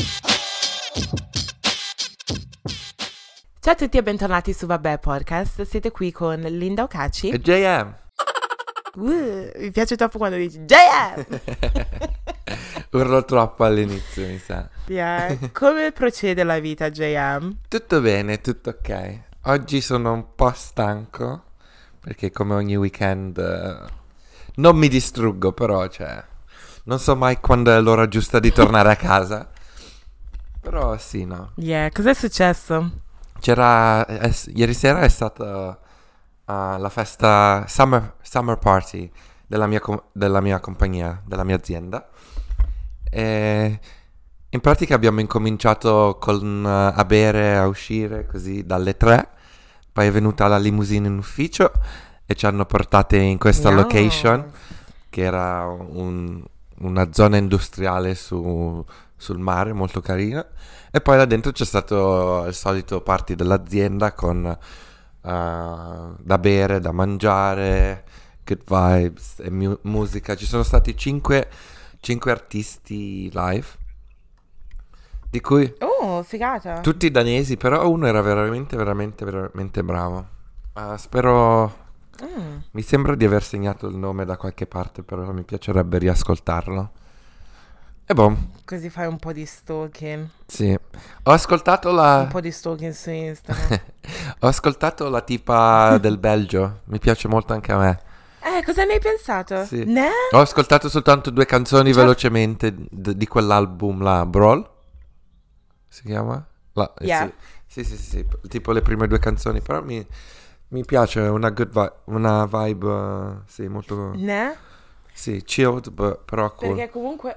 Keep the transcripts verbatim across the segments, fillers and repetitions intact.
Ciao a tutti e bentornati su Vabbè Podcast, siete qui con Linda Ocaci e J M. Uh, mi piace troppo quando dici J M. Urlo troppo all'inizio, mi sa. Yeah. Come procede la vita, J M? Tutto bene, tutto ok. Oggi sono un po' stanco perché come ogni weekend uh, non mi distruggo, però cioè non so mai quando è l'ora giusta di tornare a casa. Però sì, no. Yeah, cos'è successo? C'era eh, ieri sera è stata uh, la festa summer, summer party della mia, com- della mia compagnia, della mia azienda. E in pratica abbiamo incominciato con, uh, a bere, a uscire così dalle tre. Poi è venuta la limousine in ufficio e ci hanno portate in questa No. location che era un, una zona industriale su, sul mare molto carina. E poi là dentro c'è stato il solito party dell'azienda con uh, da bere, da mangiare, good vibes e mu- musica. Ci sono stati cinque, cinque artisti live, di cui Oh, figata. tutti danesi, però uno era veramente, veramente, veramente bravo. Uh, spero... Mm. Mi sembra di aver segnato il nome da qualche parte, però mi piacerebbe riascoltarlo. E boh, Così fai un po' di stalking. sì. Ho ascoltato la... Un po' di stalking su Instagram. Ho ascoltato la tipa del Belgio, mi piace molto anche a me. Eh, cosa ne hai pensato? Sì. Ne? Ho ascoltato soltanto due canzoni Cioè- velocemente d- di quell'album là, Brawl, si chiama? La- eh, Yeah. sì. Sì, sì, sì, sì, tipo le prime due canzoni, però mi, mi piace, una good vibe, una vibe, uh, sì, molto, Ne? sì, chilled, but- però cool. Perché comunque...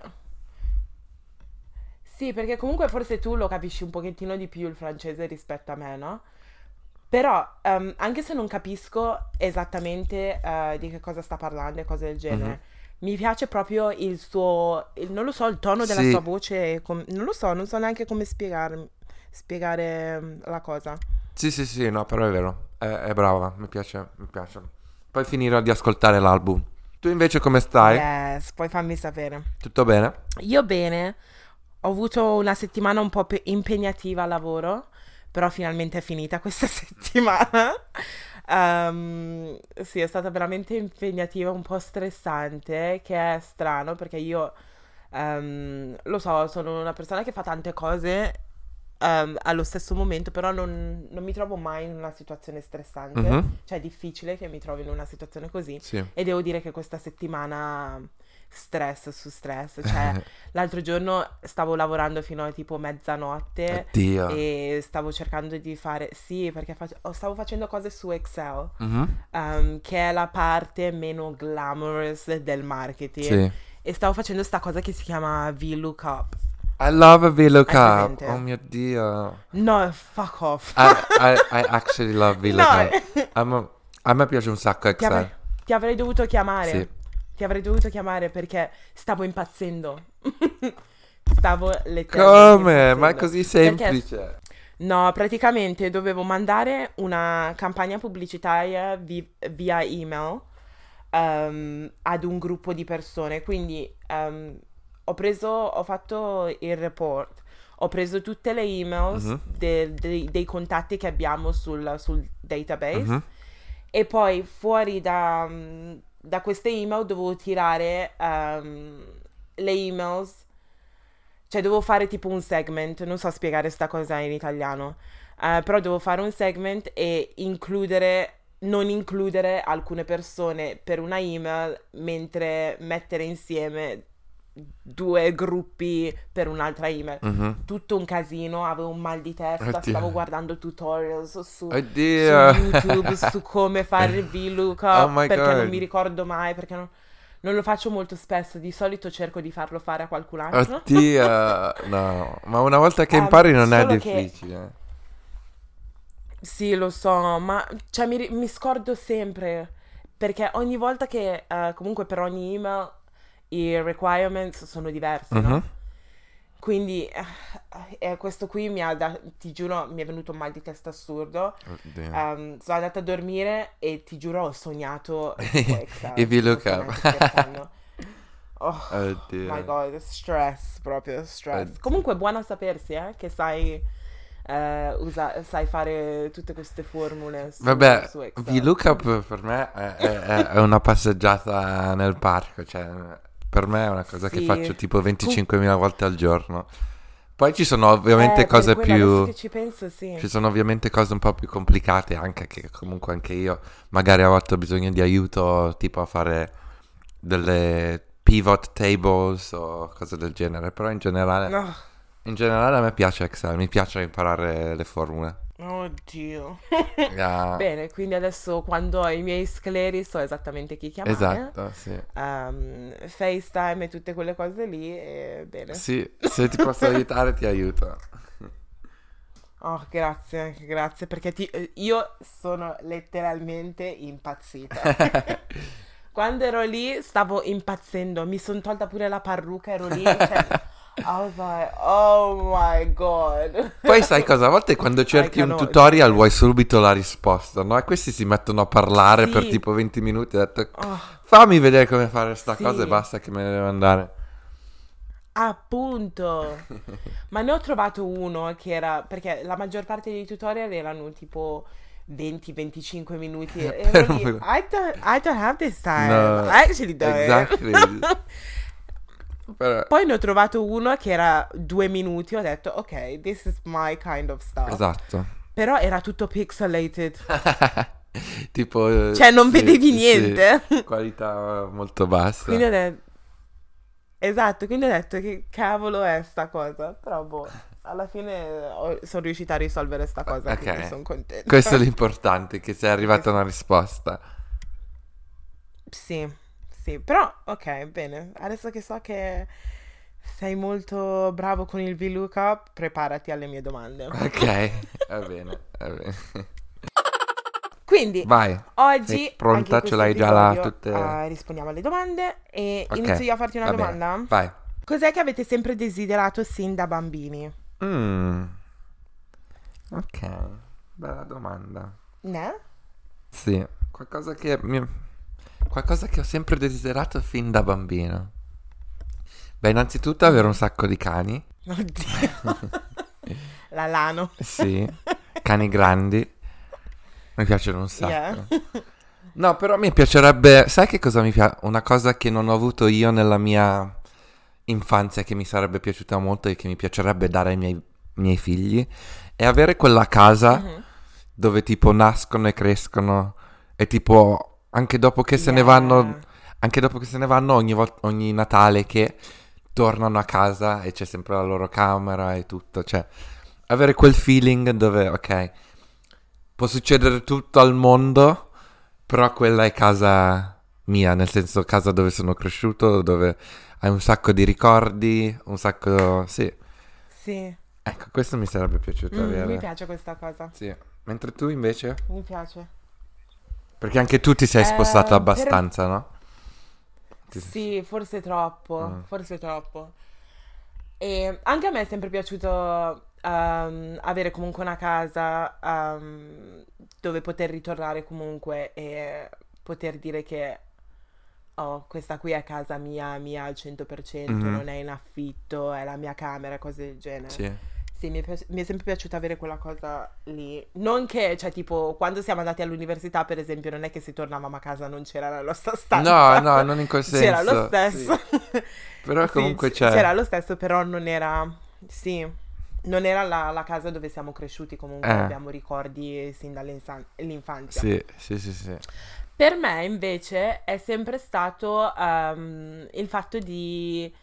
Sì, perché comunque forse tu lo capisci un pochettino di più il francese rispetto a me, no? Però, ehm, anche se non capisco esattamente eh, di che cosa sta parlando e cose del genere, Mhm. mi piace proprio il suo, il- non lo so, il tono della Sì. sua voce, com- non lo so, non so neanche come spiegar- spiegare mm, la cosa. Sì, sì, sì, no, però è vero, è, è brava, mi piace, mi piace. Poi finirò di ascoltare l'album. Tu invece come stai? Yes, poi fammi sapere. Tutto bene? Io bene, ho avuto una settimana un po' pe- impegnativa a lavoro, però finalmente è finita questa settimana. Ehm, sì, è stata veramente impegnativa, un po' stressante, che è strano perché io, ehm, lo so, sono una persona che fa tante cose, ehm, allo stesso momento, però non, non mi trovo mai in una situazione stressante, Mhm. cioè è difficile che mi trovi in una situazione così. Sì. E devo dire che questa settimana stress su stress, cioè l'altro giorno stavo lavorando fino a tipo mezzanotte Oddio. e stavo cercando di fare, sì, perché fac- oh, stavo facendo cose su Excel, Mhm. um, che è la parte meno glamorous del marketing, Sì. e stavo facendo sta cosa che si chiama VLOOKUP. I love a Hai VLOOKUP. presente? Oh mio Dio. No, fuck off. I, I, I actually love VLOOKUP. No. I'm a, a me piace un sacco Ti avrei, Excel. ti avrei dovuto chiamare. Sì. Ti avrei dovuto chiamare perché stavo impazzendo. Stavo letteralmente Come? Ma è impazzendo. così Perché- semplice. No, praticamente dovevo mandare una campagna pubblicitaria vi- via email ehm, ad un gruppo di persone. Quindi ehm, ho preso, ho fatto il report, ho preso tutte le emails Mhm. de- de- dei contatti che abbiamo sul, sul database. Mhm. E poi fuori da, mm, da queste email dovevo tirare ehm, le emails, cioè dovevo fare tipo un segment, non so spiegare sta cosa in italiano, eh, però devo fare un segment e includere, non includere alcune persone per una email, mentre mettere insieme due gruppi per un'altra email. Mhm. Tutto un casino, avevo un mal di testa, Oddio. stavo guardando tutorials su, Oddio. su YouTube su come fare il VLOOKUP, Oh my perché God. non mi ricordo mai, perché non, non lo faccio molto spesso, di solito cerco di farlo fare a qualcun altro. Oddio. No, ma una volta che Ehm, impari non è solo che- difficile. Sì, lo so, ma cioè, mi, ri- mi scordo sempre, perché ogni volta che, eh, comunque per ogni email, i requirements sono diversi, no? Mhm. Quindi eh, eh, questo qui mi ha, da- ti giuro, mi è venuto un mal di testa assurdo. Oddio. Ehm, sono andata a dormire e ti giuro ho sognato tipo Excel, I non sto VLOOKUP. neanche scherzando. Oh Oddio. my god, stress, proprio stress. Oddio. Comunque buono a sapersi, eh, che sai, eh, usa- sai fare tutte queste formule su, Vabbè, su Excel. VLOOKUP per me è, è- è una passeggiata nel parco, cioè per me è una cosa che Sì. faccio tipo venticinquemila volte al giorno. Poi ci sono ovviamente Eh, per cose quello, adesso più... che ci penso, sì. Ci sono ovviamente cose un po' più complicate anche, che comunque anche io magari a volte ho bisogno di aiuto, tipo a fare delle pivot tables o cose del genere, però in generale, No. in generale a me piace Excel, mi piace imparare le formule. Oddio. Ah, Bene, quindi adesso quando ho i miei scleri so esattamente chi chiamare. esatto, sì. Ehm, FaceTime e tutte quelle cose lì, e bene. Sì, se ti posso aiutare ti aiuto. Oh, grazie, grazie, perché ti- eh, io sono letteralmente impazzita. Quando ero lì stavo impazzendo, mi sono tolta pure la parrucca, ero lì, cioè, I was like, oh my god. Poi sai cosa? A volte quando cerchi un cannot, tutorial cioè. vuoi subito la risposta, no? E questi si mettono a parlare per Sì. tipo venti minuti e ho detto Oh, fammi vedere come fare sta Sì. cosa e basta che me ne devo andare. appunto. Ma ne ho trovato uno che era, perché la maggior parte dei tutorial erano tipo venti venticinque minuti. E ero Però- lì, I don't, I don't have this time. No, I actually don't. exactly. Però- Poi ne ho trovato uno che era due minuti, ho detto, ok, this is my kind of stuff. Esatto. Però era tutto pixelated. Tipo... eh, Cioè, non sì, vedevi sì, niente. qualità molto bassa. Quindi ho detto... Esatto, quindi ho detto che cavolo è sta cosa. Però boh, alla fine ho- sono riuscita a risolvere sta cosa, Ok. quindi sono contenta. Questo è l'importante, che sei arrivata a una risposta. Sì, sì, però ok, bene. Adesso che so che sei molto bravo con il VLOOKUP, preparati alle mie domande. Ok, va bene, va bene. Quindi, Vai. oggi, Sei pronta? anche in Ce questo l'hai già là episodio, tutte- eh, rispondiamo alle domande e Ok, inizio io a farti una va bene. domanda. Vai. Cos'è che avete sempre desiderato sin da bambini? Mm. Ok, bella domanda. Ne? Sì, qualcosa che mi... qualcosa che ho sempre desiderato fin da bambino. Beh, innanzitutto avere un sacco di cani. Oddio. La Lano. Sì, cani grandi. Mi piacciono un sacco. Yeah. No, però mi piacerebbe... Sai che cosa mi piace? Una cosa che non ho avuto io nella mia infanzia che mi sarebbe piaciuta molto e che mi piacerebbe dare ai miei, miei figli è avere quella casa Mhm. dove tipo nascono e crescono e tipo anche dopo che se ne Yeah. vanno, anche dopo che se ne vanno ogni volta, ogni Natale che tornano a casa e c'è sempre la loro camera e tutto, cioè avere quel feeling dove ok, può succedere tutto al mondo, però quella è casa mia, nel senso casa dove sono cresciuto, dove hai un sacco di ricordi, un sacco... Sì, Sì. ecco, questo mi sarebbe piaciuto Mm, avere. mi piace questa cosa. Sì, mentre tu invece? Mi piace. Perché anche tu ti sei Eh, spostata per- abbastanza, no? Ti- Sì, forse troppo, Mm. forse troppo. E anche a me è sempre piaciuto ehm, avere comunque una casa ehm, dove poter ritornare comunque e poter dire che oh, questa qui è casa mia, mia al cento per cento, Mhm. non è in affitto, è la mia camera, cose del genere. Sì. Sì, mi è, pi- mi è sempre piaciuto avere quella cosa lì. Non che, cioè, tipo, quando siamo andati all'università, per esempio, non è che se tornavamo a casa non c'era la nostra stanza. No, no, non in quel C'era senso. lo stesso. Però Sì, comunque c- c'è. c'era lo stesso, però non era... Sì, non era la, la casa dove siamo cresciuti, comunque Eh. abbiamo ricordi sin dall'infanzia. Sì, sì, sì, sì. Per me, invece, è sempre stato ehm, il fatto di...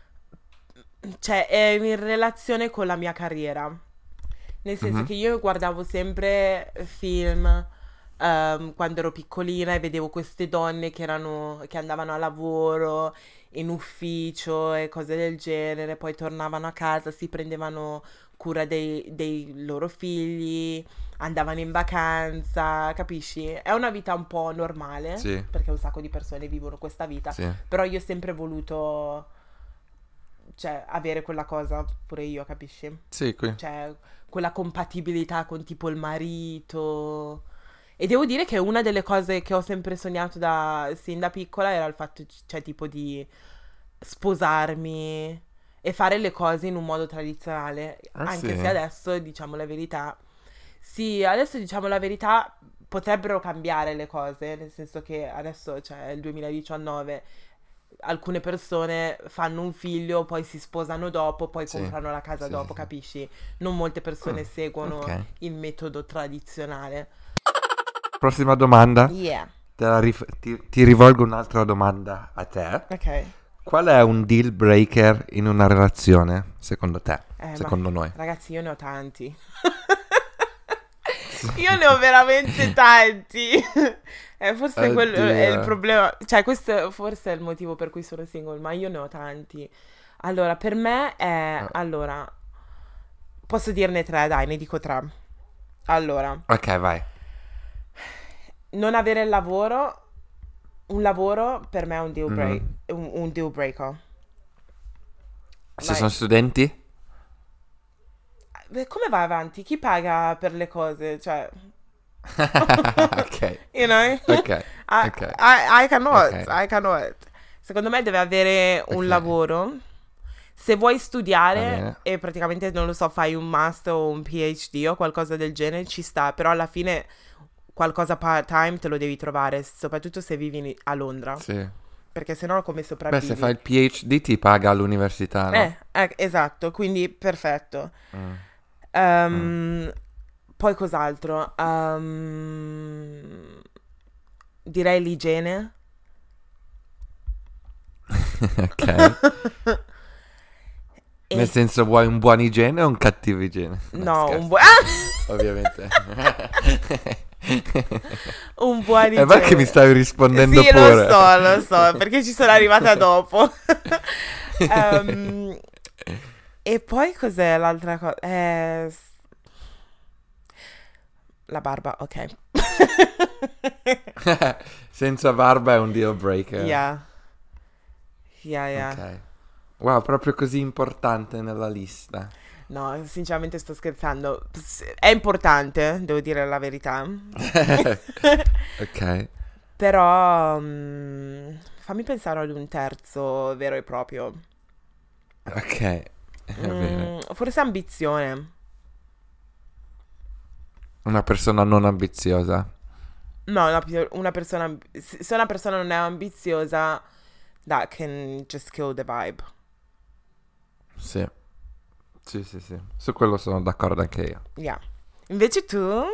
Cioè, è in relazione con la mia carriera. Nel senso Mhm. che io guardavo sempre film ehm, quando ero piccolina e vedevo queste donne che erano, che andavano a lavoro in ufficio e cose del genere, poi tornavano a casa, si prendevano cura dei, dei loro figli, andavano in vacanza, capisci? È una vita un po' normale, Sì. perché un sacco di persone vivono questa vita, Sì. però io ho sempre voluto, cioè, avere quella cosa pure io, capisci? Sì, qui. Cioè, quella compatibilità con tipo il marito. E devo dire che una delle cose che ho sempre sognato da, sin da piccola era il fatto, cioè, tipo di sposarmi e fare le cose in un modo tradizionale, Ah, anche sì? se adesso, diciamo la verità, sì, adesso diciamo la verità, potrebbero cambiare le cose, nel senso che adesso c'è il duemiladiciannove, alcune persone fanno un figlio, poi si sposano dopo, poi Sì, comprano la casa sì, dopo, sì. capisci? Non molte persone Mm, seguono ok. il metodo tradizionale. Prossima domanda. Yeah, Te la rif- ti, ti rivolgo un'altra domanda a te. ok. Qual è un deal breaker in una relazione, secondo te? Eh, ma Secondo noi? ragazzi, io ne ho tanti. Io ne ho veramente tanti. Eh, forse quello è il Oddio. problema. Cioè, questo forse è il motivo per cui sono single, ma io ne ho tanti. Allora, per me è... Ah, Allora, posso dirne tre, dai, ne dico tre. Allora, ok, vai. non avere il lavoro... Un lavoro per me è un deal break, Mhm. un, un deal breaker. Se Vai. sono studenti? Beh, come vai avanti? Chi paga per le cose? Cioè... Ok, You know? ok, I, ok, I, I cannot, ok, I cannot. Secondo me deve avere un ok. lavoro. Se vuoi Va studiare bene. e praticamente, non lo so, fai un master o un PhD o qualcosa del genere, ci sta. Però alla fine qualcosa part-time te lo devi trovare, soprattutto se vivi in- a Londra. Sì. Perché sennò come Beh, sopravvivi? se fai il PhD ti paga all'università, no? Eh, eh, esatto, quindi perfetto. Mm, mm. Ehm, Poi cos'altro? Ehm, direi l'igiene. Ok. E Nel senso, vuoi un buon igiene o un cattivo igiene? No, no, un scherzo, buon ovviamente. un buon E va che mi igiene. stavi rispondendo Sì, lo pure. so, lo so, perché ci sono arrivata dopo. Ehm, e poi cos'è l'altra cosa? Eh, s- la barba, ok. Senza barba è un deal breaker. Yeah, yeah, yeah. Ok. Wow, proprio così importante nella lista. No, sinceramente sto scherzando. S- È importante, devo dire la verità. Ok. Però mm, fammi pensare ad un terzo vero e proprio. Ok. Va bene. Mm, forse ambizione. Una persona non ambiziosa. No, una, pi- una persona. amb- Se se una persona non è ambiziosa, that can just kill the vibe. Sì. Sì, sì, sì. Su quello sono d'accordo anche io. Yeah. Invece tu?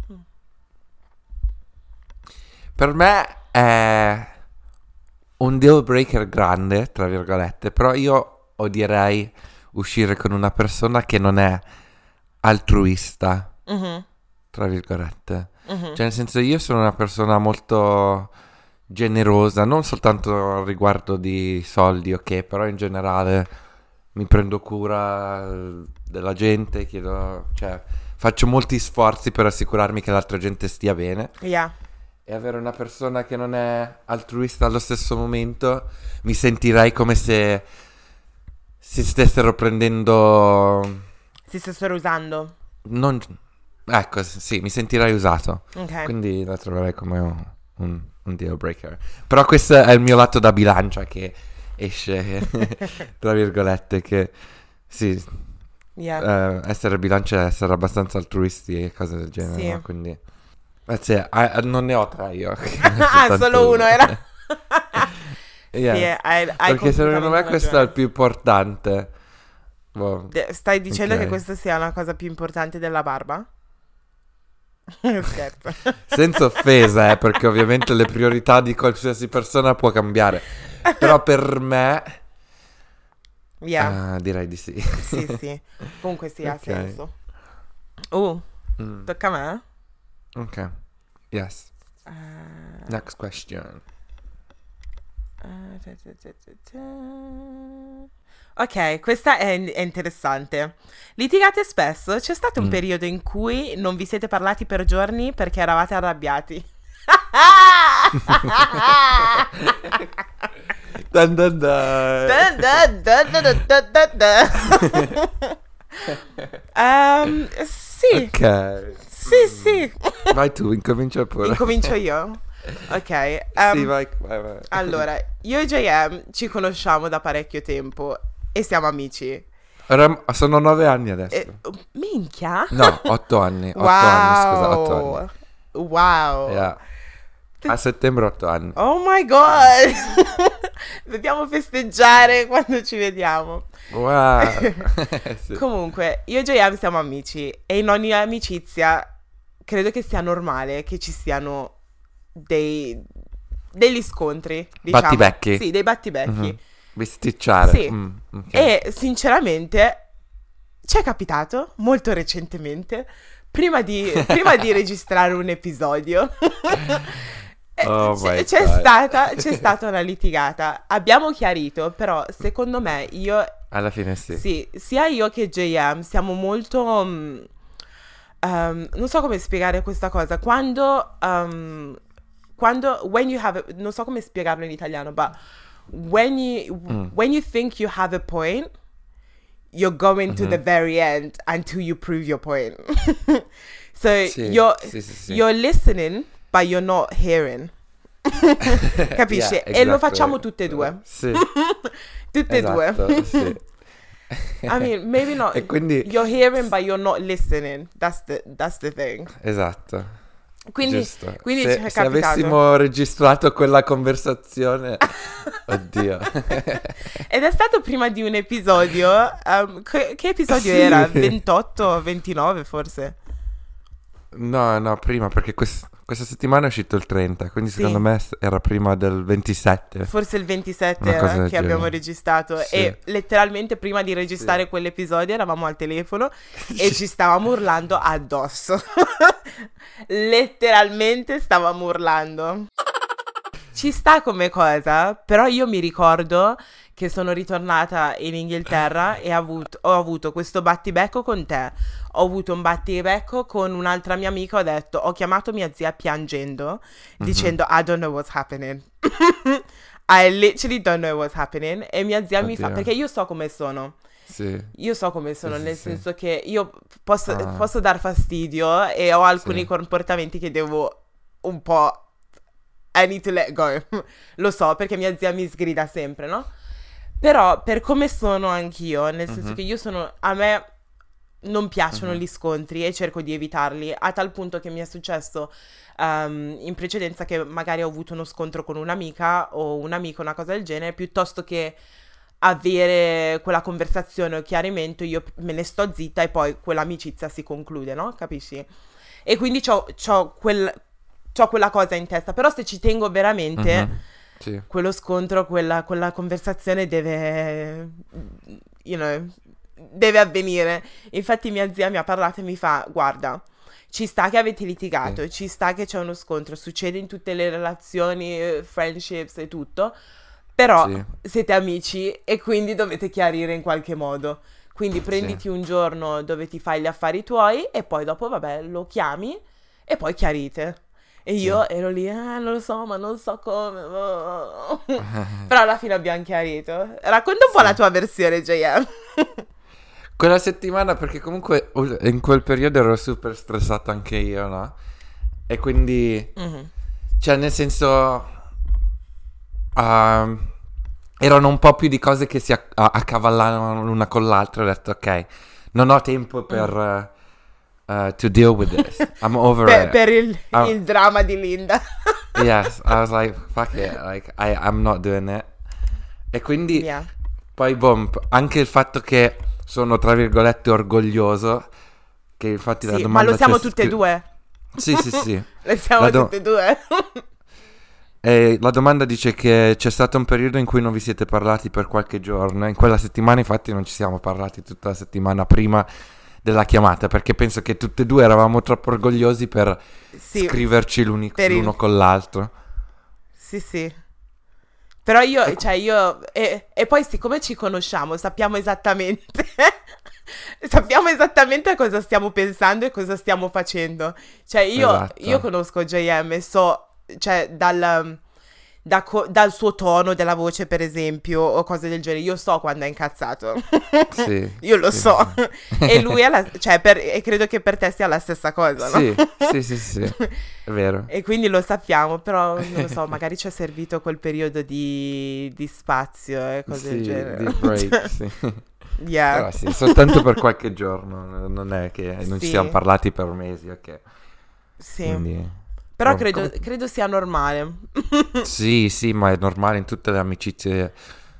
Per me è un deal breaker grande, tra virgolette, però io odierei uscire con una persona che non è altruista, Mhm, tra virgolette. mhm. Cioè, nel senso, io sono una persona molto generosa, non soltanto riguardo di soldi, ok, però in generale mi prendo cura eh, della gente, chiedo, cioè, faccio molti sforzi per assicurarmi che l'altra gente stia bene. Yeah. E avere una persona che non è altruista allo stesso momento, mi sentirei come se si stessero prendendo... Si stessero usando. Non... Ecco, sì, mi sentirei usato. Ok. Quindi la troverei come un, un, un deal breaker. Però questo è il mio lato da bilancia che esce, tra virgolette, che sì, Yeah. eh, essere bilancia è essere abbastanza altruisti e cose del genere, Sì. no? Quindi... Eh, sì, ah, non ne ho tre io. Ah, Soltanto solo uno era. Yeah. Sì, hai, hai Perché secondo me completamente questo è ragione. il più importante. Boh, De- Stai dicendo ok. che questa sia la cosa più importante della barba? Scherzo. Senza offesa, eh, perché ovviamente le priorità di qualsiasi persona può cambiare. Però per me, Yeah. ah, direi di sì. Sì, sì. Comunque sì, ha Ok. senso. Uh, Mm, tocca a me? ok. Yes. Eh, Next question. eh, ta- ta- ta- ta- ta. Ok, questa è, è interessante. Litigate spesso? C'è stato un Mm. periodo in cui non vi siete parlati per giorni perché eravate arrabbiati? Dun dun dun. Da, da, da, da, da, da, da. Ehm, sì, Ok. sì, sì. Vai tu, incomincia pure. Incomincio io. Ok, Sì, um, vai, vai, vai. allora, io e J M ci conosciamo da parecchio tempo e siamo amici. Ora- sono nove anni adesso. E- minchia! No, otto anni. Otto anni, scusa, otto anni. Wow! Wow! Yeah. A settembre otto anni. Oh my god! Dobbiamo festeggiare quando ci vediamo. Wow. Sì. Comunque, io e J M siamo amici e in ogni amicizia credo che sia normale che ci siano dei degli scontri, diciamo. Battibecchi. Sì, dei battibecchi. Mhm. Bisticciare. Sì. Mm, ok. E sinceramente ci è capitato molto recentemente, prima di, prima di registrare un episodio. Eh, Oh c'è, my c'è God. stata, c'è stata una litigata. Abbiamo chiarito, però secondo me io, Alla fine sì. sì, sia io che J M siamo molto, mm, um, non so come spiegare questa cosa. Quando, um, quando, when you have, a- non so come spiegarlo in italiano, but when you, Mm. when you think you have a point, you're going to the very end until you prove your point. So Sì, you're, sì, sì, sì. you're listening, but you're not hearing. Capisci? Yeah, E lo exactly. facciamo tutte e due. Sì, Tutte e esatto, due. sì. I mean, maybe not. E quindi You're hearing, but you're not listening. That's the, that's the thing. esatto. Quindi, Giusto. quindi se, ci è se capitato. avessimo registrato quella conversazione, oddio. Ed è stato prima di un episodio. um, che, che episodio Sì. era? ventotto, ventinove forse? No, no, prima perché quest- questa settimana è uscito il trenta, quindi Sì. secondo me s- era prima del ventisette. Forse il ventisette Una cosa era del che abbiamo genere. registrato. Sì. E letteralmente prima di registrare Sì. quell'episodio eravamo al telefono e ci stavamo urlando addosso. Letteralmente stavamo urlando. Ci sta come cosa, però io mi ricordo che sono ritornata in Inghilterra e ho avuto, ho avuto questo battibecco con te. Ho avuto un battibecco con un'altra mia amica. Ho detto, ho chiamato mia zia piangendo, dicendo I don't know what's happening. I literally don't know what's happening. E mia zia mi fa, Oddio. perché io so come sono. Sì. Io so come sono, Sì, sì, nel sì. senso che io posso, Ah. posso dar fastidio e ho alcuni Sì. comportamenti che devo un po'... I need to let go. Lo so, perché mia zia mi sgrida sempre, no? Però per come sono anch'io, nel senso Mhm. che io sono... A me non piacciono Mhm. gli scontri e cerco di evitarli, a tal punto che mi è successo um, in precedenza che magari ho avuto uno scontro con un'amica o un amico, una cosa del genere, piuttosto che avere quella conversazione o chiarimento, io me ne sto zitta e poi quell'amicizia si conclude, no? Capisci? E quindi c'ho, c'ho, quel, c'ho quella cosa in testa, però se ci tengo veramente, Mhm. Sì. quello scontro, quella, quella conversazione deve, you know, deve avvenire. Infatti mia zia mi ha parlato e mi fa, guarda, ci sta che avete litigato, Sì. ci sta che c'è uno scontro, succede in tutte le relazioni, eh, friendships e tutto, però Sì. siete amici e quindi dovete chiarire in qualche modo. Quindi prenditi un giorno dove ti fai gli affari tuoi e poi dopo, vabbè, lo chiami e poi chiarite. E io ero lì, ah, non lo so, ma non so come. oh." Però alla fine abbiamo chiarito. Racconta un po' Sì. la tua versione, J M. Quella settimana, perché comunque uh, in quel periodo ero super stressato anche io, no? E quindi, Mhm. cioè nel senso, ehm, erano un po' più di cose che si acc- a- accavallavano l'una con l'altra. Ho detto, ok, non ho tempo per uh, uh, to deal with this. I'm over Per, it. per il, Ah. il dramma di Linda. Yes, I was like, fuck it, like, I, I'm not doing it. E quindi, Yeah. poi, boom, p- anche il fatto che sono, tra virgolette, orgoglioso, che infatti la Sì, domanda ma lo siamo c'è tutte e scri- due. Sì, sì, sì. Lo siamo La do- tutte e due. E la domanda dice che c'è stato un periodo in cui non vi siete parlati per qualche giorno. In quella settimana, infatti, non ci siamo parlati tutta la settimana prima della chiamata, perché penso che tutte e due eravamo troppo orgogliosi per Sì, scriverci l'uni- per il- l'uno con l'altro. sì, sì. Però io, cioè io, e, e poi siccome ci conosciamo, sappiamo esattamente, sappiamo esattamente a cosa stiamo pensando e cosa stiamo facendo. Cioè io, Esatto. io conosco J M e so, cioè dal, da co- dal suo tono della voce, per esempio, o cose del genere. Io so quando è incazzato. Sì, Io lo sì, so. sì. E lui è la, cioè, per- e credo che per te sia la stessa cosa, no? Sì, sì, sì, sì, è vero. E quindi lo sappiamo, però non lo so, magari ci è servito quel periodo di, di spazio e cose del Sì, genere. di break, sì. Yeah. Però sì, soltanto per qualche giorno, non è che non ci Sì. siamo parlati per mesi, ok. Sì. Quindi, Però com- credo, com- credo sia normale. sì, sì, ma è normale in tutte le amicizie,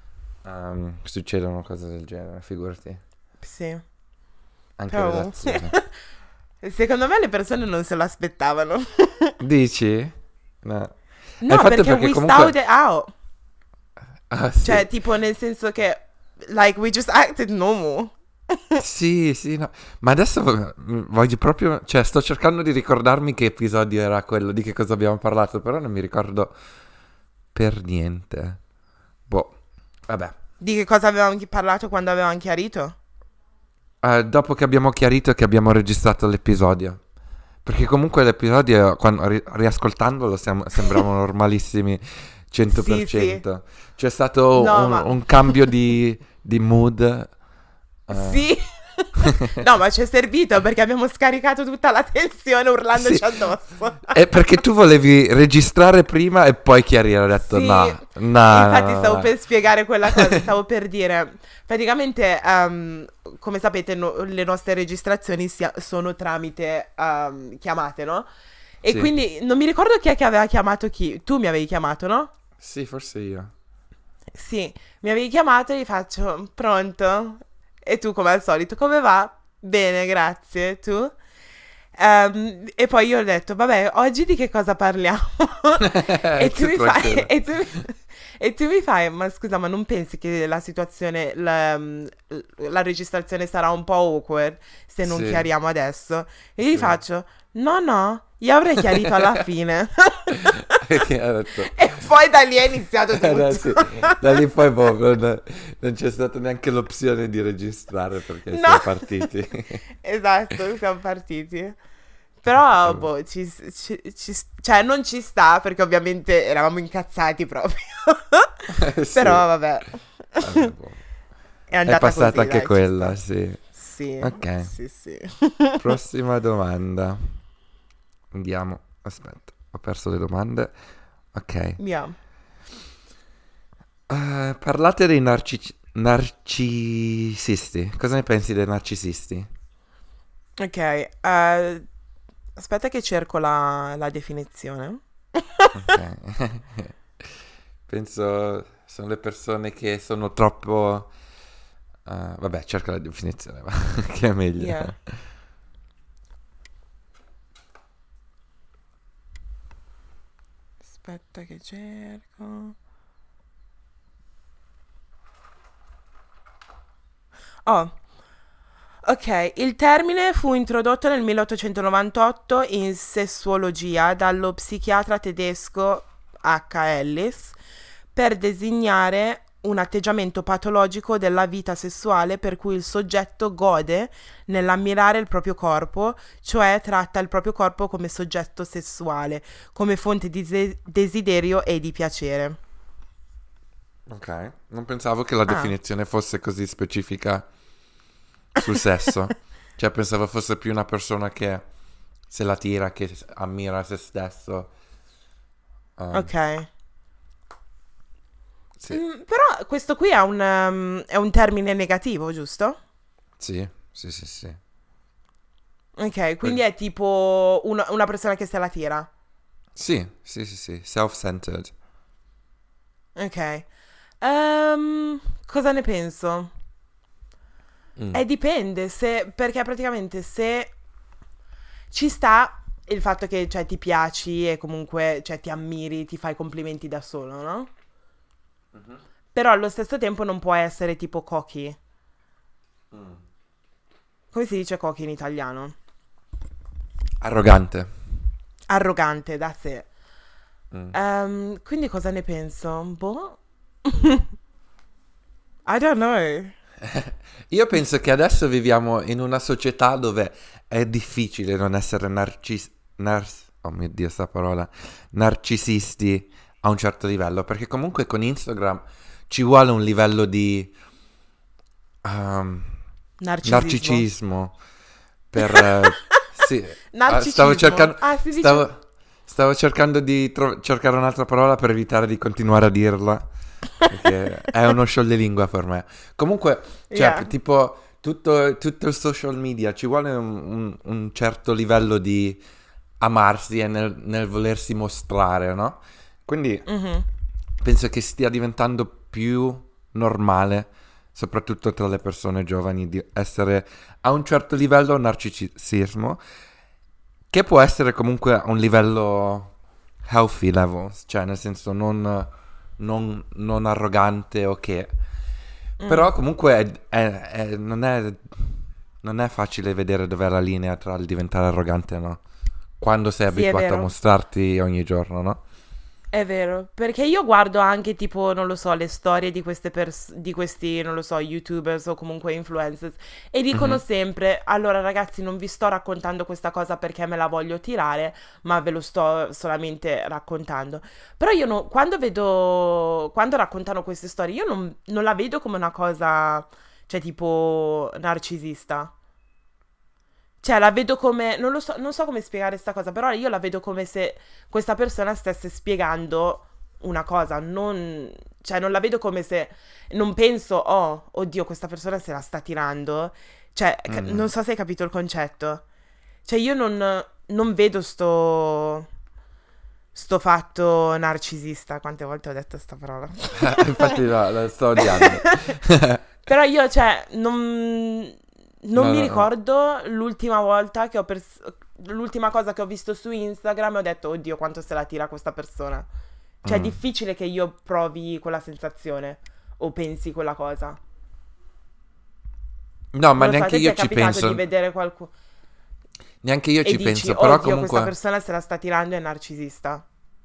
ehm, succedono cose del genere, figurati, Sì. anche Però relazioni. secondo me le persone non se lo aspettavano. Dici? No. No, il fatto è perché perché we comunque... stowed it out. Ah, sì. Cioè, tipo nel senso che, like, we just acted normal. Sì, sì, no. Ma adesso vo- voglio proprio, cioè sto cercando di ricordarmi che episodio era quello, di che cosa abbiamo parlato, però non mi ricordo per niente. Boh, vabbè. Di che cosa avevamo chi- parlato quando avevamo chiarito? Eh, dopo che abbiamo chiarito che abbiamo registrato l'episodio. Perché comunque l'episodio, quando, ri- riascoltandolo, siamo- sembriamo normalissimi cento per cento. C'è stato No, un, ma- un cambio di, di mood. eh, Sì. No, ma ci è servito perché abbiamo scaricato tutta la tensione urlandoci Sì. addosso. È perché tu volevi registrare prima e poi chiarire. Ho detto Sì. no, no, Infatti no, stavo no. per spiegare quella cosa, stavo per dire, praticamente, ehm, come sapete, no- le nostre registrazioni sia- sono tramite ehm, chiamate, no? E Sì. quindi non mi ricordo chi è che aveva chiamato chi, tu mi avevi chiamato, no? Sì, forse io. Sì, mi avevi chiamato e gli faccio, pronto? E tu come al solito, come va? Bene, grazie, tu? Ehm, e poi io ho detto, vabbè, oggi di che cosa parliamo? E tu Che mi fai, tranquillo. e tu mi, e tu mi fai, ma scusa, ma non pensi che la situazione, la, la registrazione sarà un po' awkward se non Sì. chiariamo adesso? E io gli Sì. faccio, no, no, io avrei chiarito alla fine. Perché ha detto... E poi da lì è iniziato Eh, no, tutto. sì. Da lì poi boh, non, non c'è stata neanche l'opzione di registrare perché No. siamo partiti. Esatto, siamo partiti. Però, boh, ci, ci- ci- cioè non ci sta perché ovviamente eravamo incazzati proprio. Sì. Però, vabbè, Vabbè, boh. è andata È passata così, anche dai, ci quella, sta. sì. Sì, Ok. sì, sì. Prossima domanda. Andiamo. Aspetta, ho perso le domande. Ok. Via. Eh, parlate dei narci- narcisisti. Cosa ne pensi dei narcisisti? Ok, eh, aspetta che cerco la, la definizione. Ok. Penso sono le persone che sono troppo... eh, vabbè, cerca la definizione, va, che è meglio. Yeah. Aspetta che cerco. Oh, ok, il termine fu introdotto nel milleottocentonovantotto in sessuologia dallo psichiatra tedesco H. Ellis per designare un atteggiamento patologico della vita sessuale per cui il soggetto gode nell'ammirare il proprio corpo, cioè tratta il proprio corpo come soggetto sessuale, come fonte di de- desiderio e di piacere. Ok, non pensavo che la Ah. definizione fosse così specifica sul sesso. Cioè, pensavo fosse più una persona che se la tira, che ammira se stesso. Um, Ok. Sì, Mm, però questo qui è un, um, è un termine negativo, giusto? sì, sì, sì, sì. Ok, quindi è tipo una, una persona che se la tira. Sì, sì, sì, sì, self-centered. Ok. Ehm, cosa ne penso? Mm. Eh, dipende, se, perché praticamente se ci sta il fatto che, cioè, ti piaci e comunque, cioè, ti ammiri, ti fai complimenti da solo, no? Mhm. Però allo stesso tempo non può essere tipo cocky. Mm. Come si dice cocky in italiano? Arrogante. Arrogante, da sé. Mm. Ehm, quindi cosa ne penso? Boh. I don't know. Io penso che adesso viviamo in una società dove è difficile non essere narcis... Nar... Oh mio Dio, sta parola. Narcisisti a un certo livello, perché comunque con Instagram ci vuole un livello di um, Narcisismo. narcisismo per eh, sì, ah, stavo Narcisismo. cercando Ah, si dice... stavo, stavo cercando di tro- cercare un'altra parola per evitare di continuare a dirla, perché è uno scioglilingua per me. Comunque, cioè, Yeah. tipo tutto, tutto il social media ci vuole un, un- un certo livello di amarsi e nel, nel volersi mostrare, no? Quindi Mhm. penso che stia diventando più normale, soprattutto tra le persone giovani, di essere a un certo livello narcisismo, che può essere comunque a un livello healthy levels, cioè nel senso non, non- non arrogante o che. Mm. Però comunque è- è- è- non è, non è facile vedere dov'è la linea tra il diventare arrogante e no. Quando sei Sì, è abituato a vero. mostrarti ogni giorno, no? È vero, perché io guardo anche tipo, non lo so, le storie di queste pers- di questi, non lo so, YouTubers o comunque influencers e dicono Mhm, sempre, allora ragazzi, non vi sto raccontando questa cosa perché me la voglio tirare, ma ve lo sto solamente raccontando. Però io no- quando vedo, quando raccontano queste storie, io non, non la vedo come una cosa, cioè tipo narcisista. Cioè, la vedo come, non lo so, non so come spiegare sta cosa, però io la vedo come se questa persona stesse spiegando una cosa, non, cioè non la vedo come se, non penso, oh, oddio, questa persona se la sta tirando, cioè, ca- mm. non so se hai capito il concetto, cioè io non, non vedo sto, sto fatto narcisista, quante volte ho detto sta parola? Infatti la, la sto odiando. Però io, cioè, non, non No, mi no, no. ricordo l'ultima volta che ho pers- l'ultima cosa che ho visto su Instagram e ho detto, oddio, quanto se la tira questa persona. Cioè, è Mm. difficile che io provi quella sensazione o pensi quella cosa. No, ma Non lo so, a neanche te ti io è ci capitato di penso. vedere qualcuno Neanche io e ci dici, penso, però oddio, questa comunque. persona se la sta tirando è narcisista.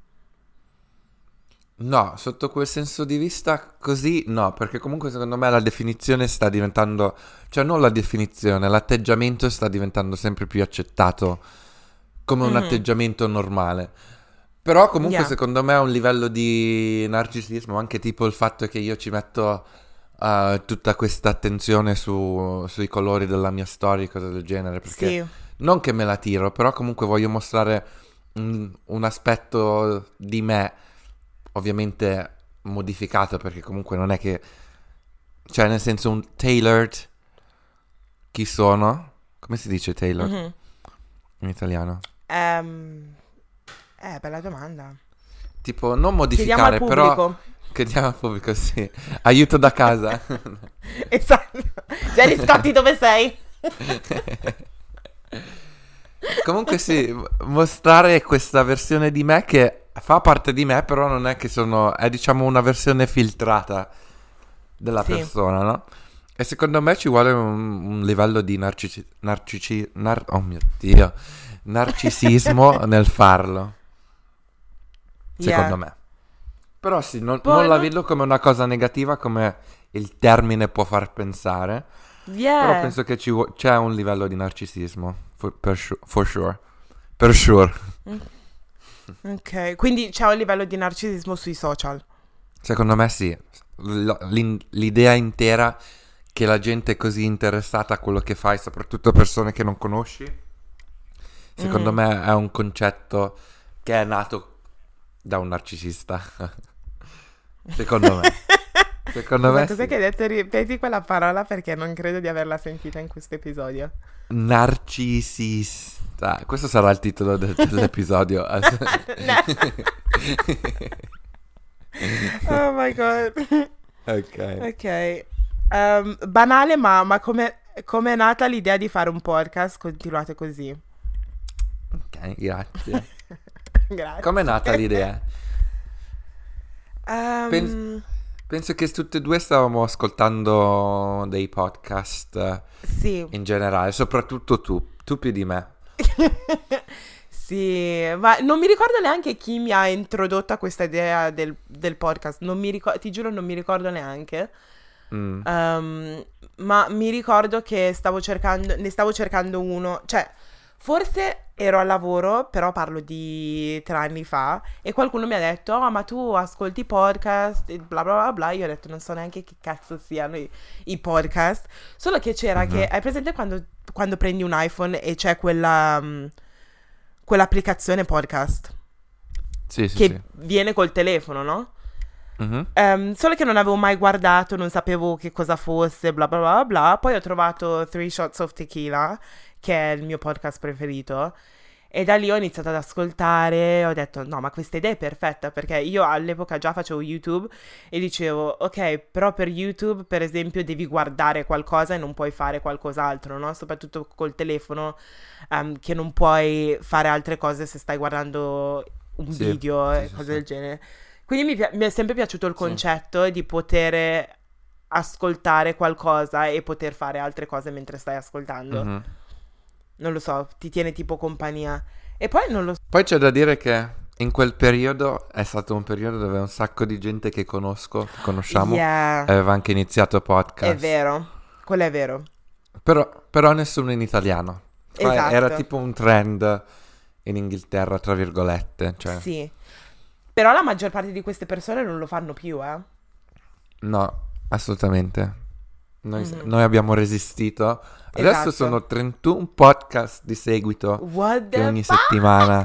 No, sotto quel senso di vista così no, perché comunque secondo me la definizione sta diventando, cioè non la definizione, l'atteggiamento sta diventando sempre più accettato come un Mhm, atteggiamento normale. Però comunque yeah. secondo me a un livello di narcisismo, anche tipo il fatto che io ci metto eh, tutta questa attenzione su- sui colori della mia storia e cose del genere, perché Sì. non che me la tiro, però comunque voglio mostrare un, un aspetto di me, ovviamente modificato, perché comunque non è che, cioè nel senso un tailored, chi sono? Come si dice tailored Mhm. in italiano? Ehm, eh, bella domanda. Tipo non Chiediamo al modificare, però pubblico. chiediamo al pubblico, sì. Aiuto da casa. Esatto. Jerry Scotti, dove sei? Comunque sì, m- mostrare questa versione di me che fa parte di me, però non è che sono, è diciamo una versione filtrata della Sì, persona, no? E secondo me ci vuole un, un livello di narcisi, narcici, nar- oh mio Dio, narcisismo nel farlo, secondo yeah. me. Però sì, non, non Poi, la non... vedo come una cosa negativa come il termine può far pensare, però Yeah. penso che ci vu- c'è un livello di narcisismo, for, per su- for sure, per sure. Mm, ok, quindi c'è un livello di narcisismo sui social. Secondo me sì. L- l'in- l'idea intera che la gente è così interessata a quello che fai, soprattutto persone che non conosci, secondo Mhm. me è un concetto che è nato da un narcisista. Secondo me. Secondo Scusa, me cos'è sì. che hai detto? Ripeti quella parola perché non credo di averla sentita in questo episodio. Narcisista. Questo sarà il titolo de- dell'episodio. No. Oh my god. Ok. Ok. Ehm, banale, ma, ma come come è nata l'idea di fare un podcast? Continuate così. Ok, grazie. Grazie. Com'è nata l'idea? Pen- Ehm, penso che tutti e due stavamo ascoltando dei podcast eh, sì. in generale, soprattutto tu, tu più di me. Sì, ma non mi ricordo neanche chi mi ha introdotto a questa idea del, del podcast. Non mi ricordo, ti giuro, non mi ricordo neanche. Mm, Ehm, ma mi ricordo che stavo cercando, ne stavo cercando uno, cioè Forse ero al lavoro, però parlo di tre anni fa, e qualcuno mi ha detto, oh, ma tu ascolti podcast, e bla bla bla bla. Io ho detto, non so neanche che cazzo siano i, i podcast. Solo che c'era che, Mhm. hai presente quando, quando prendi un iPhone e c'è quella, mm, quell'applicazione podcast Sì, sì, sì. che viene col telefono, no? Mhm. Ehm, solo che non avevo mai guardato, non sapevo che cosa fosse, bla bla bla bla bla. Poi ho trovato Three Shots of Tequila, che è il mio podcast preferito. E da lì ho iniziato ad ascoltare, ho detto no, ma questa idea è perfetta, perché io all'epoca già facevo YouTube e dicevo ok, però per YouTube per esempio devi guardare qualcosa e non puoi fare qualcos'altro, no? Soprattutto col telefono, ehm, che non puoi fare altre cose se stai guardando un Sì, video sì, e sì, cose sì. del genere. Quindi mi, pi- mi è sempre piaciuto il Sì. concetto di poter ascoltare qualcosa e poter fare altre cose mentre stai ascoltando. Mhm. Non lo so, ti tiene tipo compagnia. E poi non lo so. Poi c'è da dire che in quel periodo è stato un periodo dove un sacco di gente che conosco, che conosciamo, Yeah, aveva anche iniziato è podcast. vero. Quello è vero. Però, però nessuno in italiano. Cioè, era Esatto. tipo un trend in Inghilterra, tra virgolette. Cioè, Sì. Però la maggior parte di queste persone non lo fanno più, eh. no, assolutamente. Noi, Mhm. noi abbiamo resistito. Adesso Esatto. sono trentuno podcast di seguito What che the ogni fuck? settimana.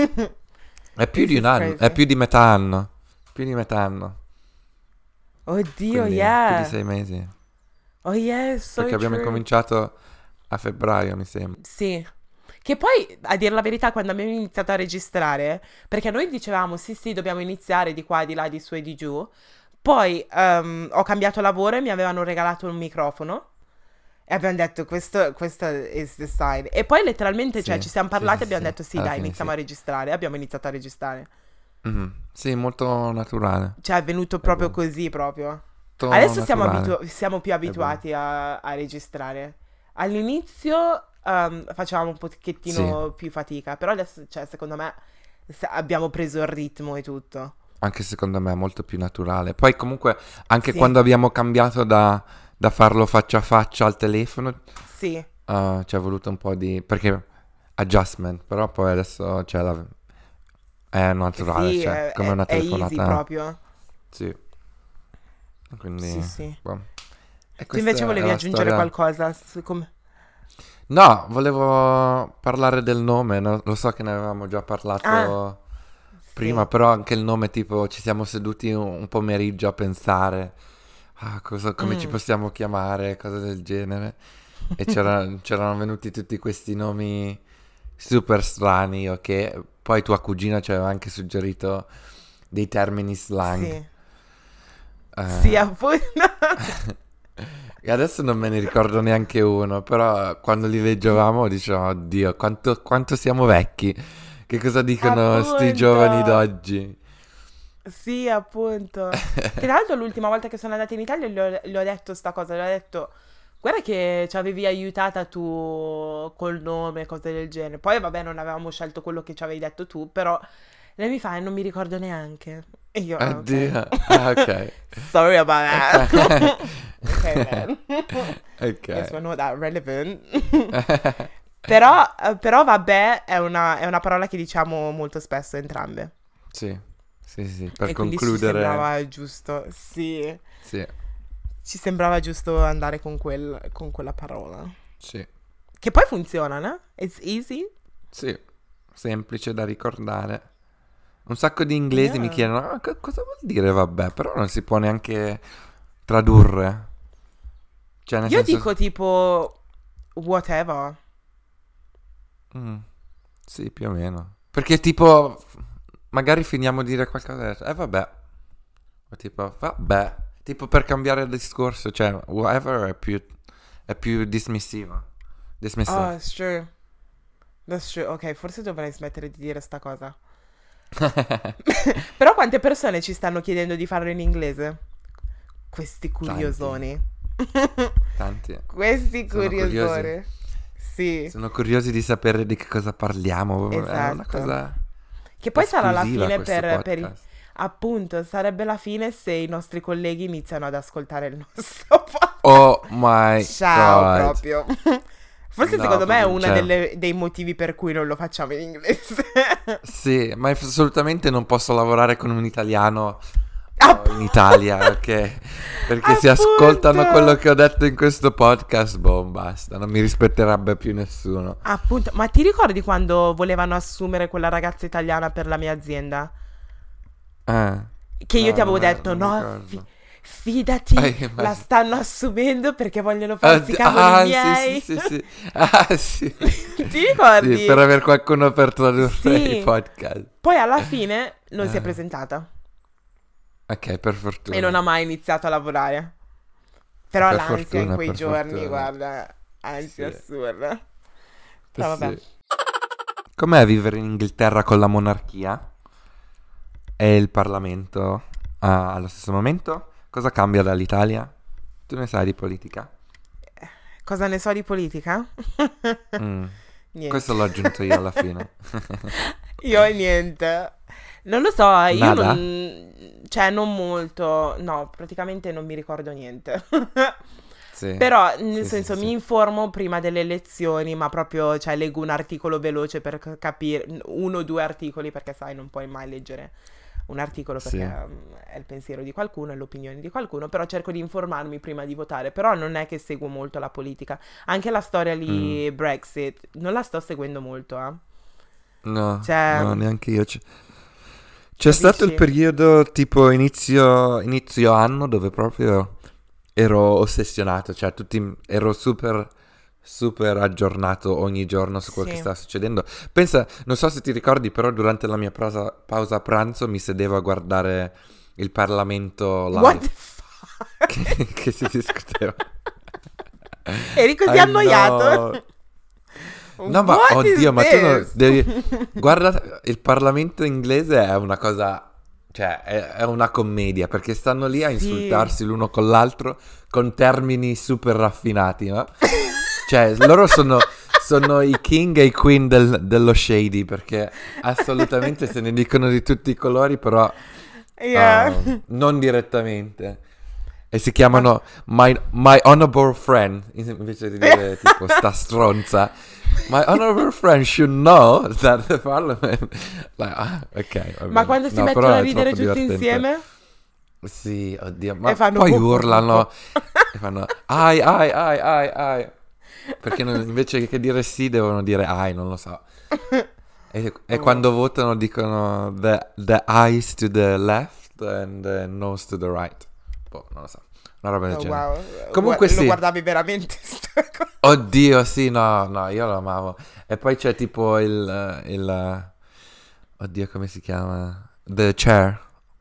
È più This di is un anno, crazy. è più di metà anno. Più di metà anno. Oddio, Quindi più di yeah. sei mesi. Oh yeah, it's so Perché abbiamo true. incominciato a febbraio, mi sembra. Sì. Che poi, a dire la verità, quando abbiamo iniziato a registrare, perché noi dicevamo sì sì, dobbiamo iniziare di qua, di là, di su e di giù. Poi ehm, ho cambiato lavoro e mi avevano regalato un microfono. E abbiamo detto, questo, questo is the sign. E poi letteralmente, cioè, Sì, ci siamo sì, parlati sì, e abbiamo sì. detto sì, Alla dai, fine iniziamo sì. a registrare. Abbiamo iniziato a registrare. Mhm. Sì, molto naturale. Cioè, è venuto È proprio buono. così, proprio. Molto Adesso siamo, naturale. abitu- siamo più È buono. abituati a, a registrare. All'inizio ehm, facevamo un Sì, pochettino più fatica, però adesso, cioè, secondo me, se- abbiamo preso il ritmo e tutto. anche secondo me è molto più naturale. Poi comunque, anche Sì, quando abbiamo cambiato da, da farlo faccia a faccia al telefono, sì, eh, ci è voluto un po' di... perché adjustment, però poi adesso c'è la... è naturale, sì, cioè, è, come è- una è easy telefonata. proprio. Sì, Sì, quindi... sì. boh. E Tu invece questa è volevi la aggiungere storia... qualcosa? su come- No, volevo parlare del nome, no? Lo so che ne avevamo già Ah, parlato prima, sì. però anche il nome, tipo, ci siamo seduti un, un pomeriggio a pensare a cosa, come ci Mm. possiamo chiamare, cose del genere. E c'era- c'erano venuti tutti questi nomi super strani, ok? Poi tua cugina ci aveva anche suggerito dei termini slang. Sì, sì, Eh, appunto. E adesso non me ne ricordo neanche uno, però quando li leggevamo dicevamo, oddio, quanto, quanto siamo vecchi. Che cosa dicono sti giovani Appunto. d'oggi? Sì, appunto. Che tra l'altro l'ultima volta che sono andata in Italia gli ho, gli ho detto sta cosa, gli ho detto, guarda che ci avevi aiutata tu col nome, cose del genere. Poi vabbè, non avevamo scelto quello che ci avevi detto tu, però lei mi fa, "Eh, non mi ricordo neanche." E io, ah, ok. Oddio, ah, ok. Sorry about that. Ok, man. Guess Ok. we're not that relevant. Però, eh, però vabbè, è una, è una parola che diciamo molto spesso entrambe. Sì, sì, sì, per E quindi ci concludere, sembrava giusto, sì, sì, ci sembrava giusto andare con, quel, con quella parola. sì, Che poi funziona, no? It's easy. sì, semplice da ricordare. Un sacco di inglesi mi Yeah. chiedono, "Ah, co- cosa vuol dire vabbè?" Però non si può neanche tradurre. Cioè, nel Io senso... dico tipo whatever. Mm, sì, più o meno. Perché tipo, f- magari finiamo di dire qualcosa e eh vabbè. O tipo, vabbè. Tipo per cambiare il discorso, cioè, whatever è più, è più dismissivo. Dismissive. Oh, it's true. That's true. Ok, forse dovrei smettere di dire sta cosa. Però quante persone ci stanno chiedendo di farlo in inglese? Questi Tanti, curiosoni. tanti. Questi Sono curiosi. curiosoni. Sì, Sono curiosi di sapere di che cosa parliamo. È una esatto. cosa Che poi sarà la esclusiva fine questo per, per i... podcast. Appunto, sarebbe la fine se i nostri colleghi iniziano ad ascoltare il nostro podcast. Oh my Ciao god. proprio. Forse No, secondo me è proprio, uno cioè, dei motivi per cui non lo facciamo in inglese. sì, ma assolutamente non posso lavorare con un italiano oh, in Appunto. Italia perché, perché se ascoltano quello Appunto. che ho detto in questo podcast, boh, basta, non mi rispetterebbe più nessuno. Appunto. Ma ti ricordi quando volevano assumere quella ragazza italiana per la mia azienda? Eh, Che io no, ti non avevo me, detto, non mi no, fi- ricordo. fidati, Eh, la immagino. stanno assumendo perché vogliono Ah, farsi i d- cavoli ah, sì, sì, miei. sì, sì. Ah, sì. Ti Sì, per ricordi? aver qualcuno per tradurre i Sì. podcast. Poi alla fine non si è Eh, presentata ok, per e non fortuna. ha mai iniziato a lavorare. Però Per l'ansia in fortuna, quei per giorni, fortuna. guarda, ansia Sì, assurda. eh Però vabbè. sì. Com'è vivere in Inghilterra con la monarchia e il Parlamento ah, allo stesso momento? Cosa cambia dall'Italia? Tu ne sai di politica? Cosa ne so di politica? Mm, Niente. questo l'ho aggiunto io alla fine. Io niente. Non lo so, io Nada? non... Cioè, non molto. No, praticamente non mi ricordo niente. Sì, Però, nel sì, sì, sì, senso, mi sì. informo prima delle elezioni, ma proprio, cioè, leggo un articolo veloce per c- capire, uno o due articoli, perché sai, non puoi mai leggere un articolo perché Sì. um, è il pensiero di qualcuno, è l'opinione di qualcuno, però cerco di informarmi prima di votare, però non è che seguo molto la politica. Anche la storia Mm. lì, Brexit, non la sto seguendo molto, eh. No, Cioè, no, neanche io. C- C'è stato il capisci? periodo tipo inizio, inizio anno dove proprio ero ossessionato, cioè tutti, ero super, super aggiornato ogni giorno su quel che Sì. stava succedendo. Pensa, non so se ti ricordi, però durante la mia pausa, pausa pranzo mi sedevo a guardare il Parlamento What live the fuck? che, che si discuteva. Eri così I annoiato? know. No, ma What is oddio, ma tu non this? devi... Guarda, il Parlamento inglese è una cosa... Cioè, è, è una commedia, perché stanno lì a Sì. insultarsi l'uno con l'altro con termini super raffinati, no? Cioè, loro sono, sono i king e i queen del- dello shady, perché assolutamente se ne dicono di tutti i colori, però Yeah. uh, non direttamente. E si Ma... chiamano My, my Honorable Friend, invece di dire tipo sta stronza. My honorable friend should know that the parliament... Like, ah, ok, va Ma bene. quando si No, però mettono a è ridere troppo tutti divertente. insieme Sì, oddio, e ma fanno... poi urlano e fanno ai, ai, ai, ai, ai. Perché non- invece che dire sì devono dire ai, non lo so. E, e Oh, quando votano dicono the, the eyes to the left and the nose to the right. Boh, non lo so. Una roba del oh, genere. wow. Gua- Comunque lo sì. guardavi veramente sta cosa? Oddio, sì, no, no, io lo amavo. E poi c'è tipo il, il... Oddio, come si chiama? The chair,